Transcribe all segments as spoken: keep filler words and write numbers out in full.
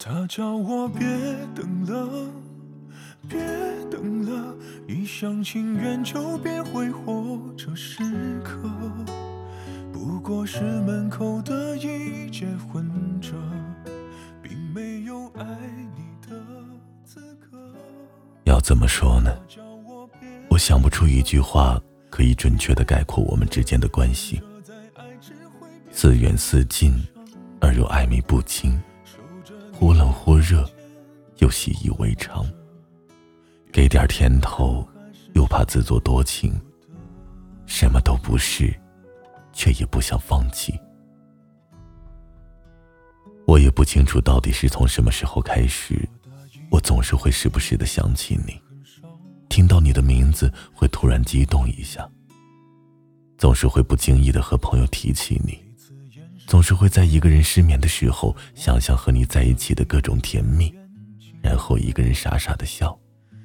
他叫我别等了，别等了，一厢情愿就别挥霍这时刻，不过是门口的一介混着，并没有爱你的资格。 要怎么说呢？我想不出一句话可以准确地概括我们之间的关系，似远似近，而又暧昧不清，忽冷忽热，又习以为常，给点甜头，又怕自作多情，什么都不是，却也不想放弃。我也不清楚到底是从什么时候开始，我总是会时不时地想起你，听到你的名字会突然激动一下，总是会不经意地和朋友提起你，总是会在一个人失眠的时候想象和你在一起的各种甜蜜，然后一个人傻傻地笑。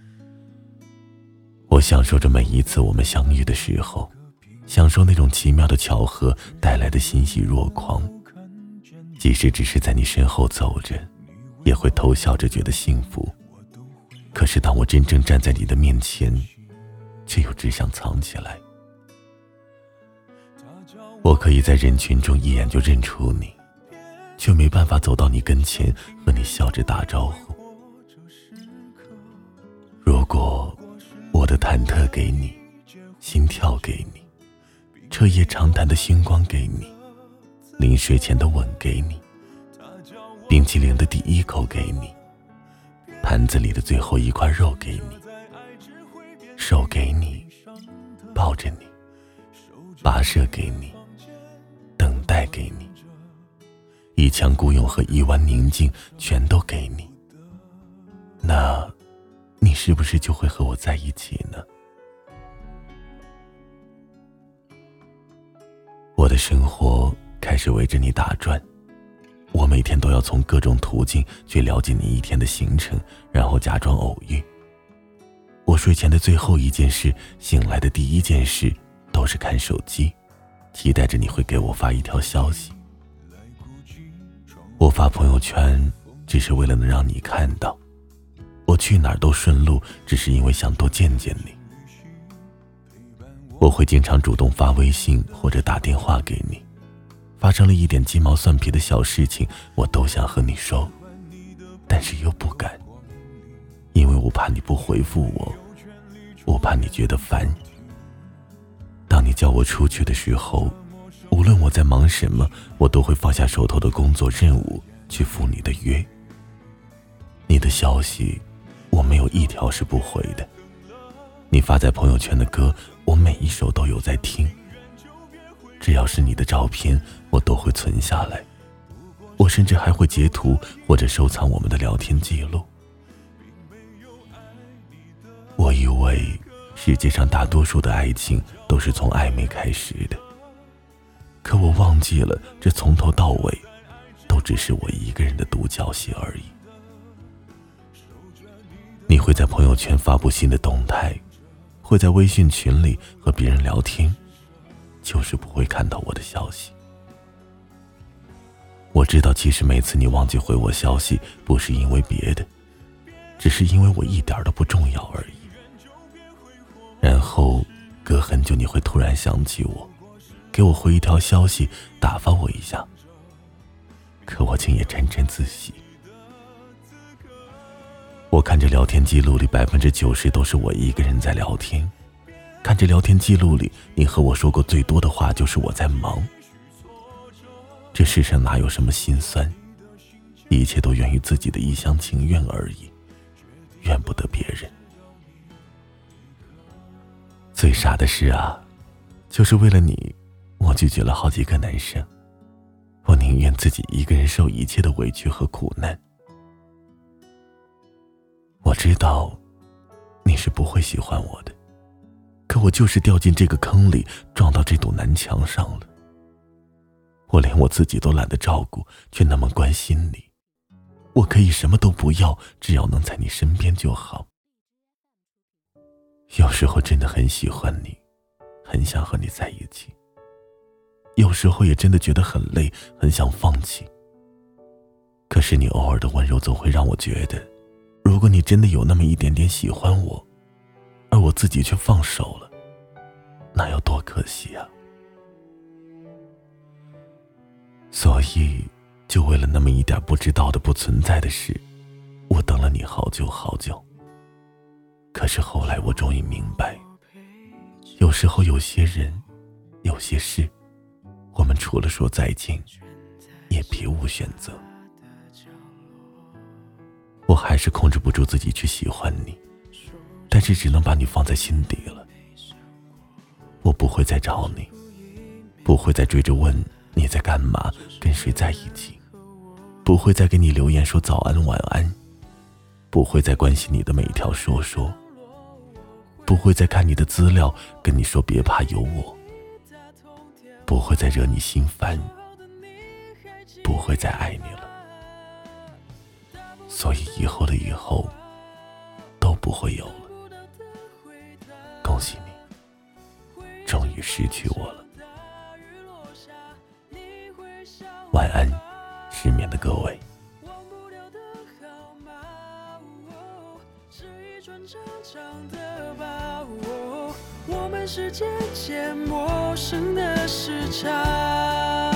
我享受着每一次我们相遇的时候，享受那种奇妙的巧合带来的欣喜若狂，即使只是在你身后走着，也会偷笑着觉得幸福。可是当我真正站在你的面前，却又只想藏起来。我可以在人群中一眼就认出你，却没办法走到你跟前和你笑着打招呼。如果我的忐忑给你，心跳给你，彻夜长谈的星光给你，临睡前的吻给你，冰淇淋的第一口给你，盘子里的最后一块肉给你，手给你，抱着你，跋涉给你，等待给你，一腔孤勇和一湾宁静全都给你，那你是不是就会和我在一起呢？我的生活开始围着你打转，我每天都要从各种途径去了解你一天的行程，然后假装偶遇。我睡前的最后一件事，醒来的第一件事，都是看手机，期待着你会给我发一条消息。我发朋友圈只是为了能让你看到，我去哪儿都顺路，只是因为想多见见你。我会经常主动发微信或者打电话给你，发生了一点鸡毛蒜皮的小事情，我都想和你说，但是又不敢，因为我怕你不回复我，我怕你觉得烦。当你叫我出去的时候，无论我在忙什么，我都会放下手头的工作任务去赴你的约。你的消息我没有一条是不回的，你发在朋友圈的歌，我每一首都有在听，只要是你的照片，我都会存下来，我甚至还会截图或者收藏我们的聊天记录。我以为世界上大多数的爱情都是从暧昧开始的，可我忘记了，这从头到尾都只是我一个人的独角戏而已。你会在朋友圈发布新的动态，会在微信群里和别人聊天，就是不会看到我的消息。我知道其实每次你忘记回我消息，不是因为别的，只是因为我一点都不重要而已。然后隔很久你会突然想起我，给我回一条消息，打发我一下，可我竟也沾沾自喜。我看着聊天记录里百分之九十都是我一个人在聊天，看着聊天记录里你和我说过最多的话就是我在忙。这世上哪有什么心酸，一切都源于自己的一厢情愿而已，怨不得别人。最傻的事啊，就是为了你，我拒绝了好几个男生，我宁愿自己一个人受一切的委屈和苦难。我知道你是不会喜欢我的，可我就是掉进这个坑里，撞到这堵南墙上了。我连我自己都懒得照顾，却那么关心你。我可以什么都不要，只要能在你身边就好。有时候真的很喜欢你，很想和你在一起，有时候也真的觉得很累，很想放弃。可是是你偶尔的温柔总会让我觉得，如果你真的有那么一点点喜欢我，而我自己却放手了，那有多可惜啊。所以就为了那么一点不知道的不存在的事，我等了你好久好久。可是后来我终于明白，有时候有些人有些事，我们除了说再见也别无选择。我还是控制不住自己去喜欢你，但是只能把你放在心底了。我不会再找你，不会再追着问你在干嘛，跟谁在一起，不会再给你留言说早安晚安，不会再关心你的每一条说说，不会再看你的资料跟你说别怕有我，不会再惹你心烦，不会再爱你了。所以以后的以后都不会有了。恭喜你，终于失去我了。晚安，失眠的各位。 我们是渐渐陌生的时差。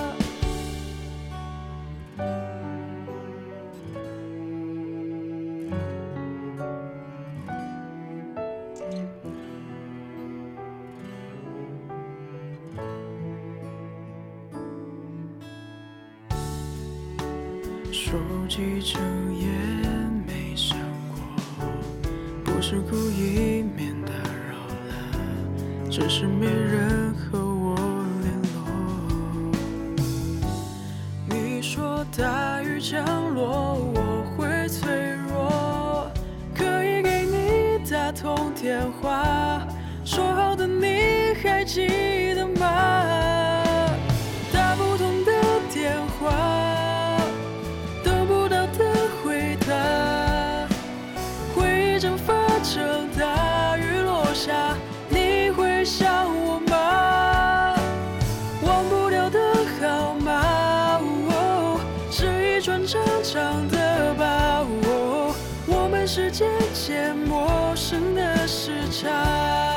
手机整夜没响过，不是故意免打扰了，只是没人和我联络。你说大雨降落我会脆弱，可以给你打通电话，说好的你还记得吗？打不通的电话，等不到的回答，回忆蒸发成大雨落下，你会想我吗？忘不掉的号码，哦，是一串长长的疤，哦，我们是渐渐陌生的时差。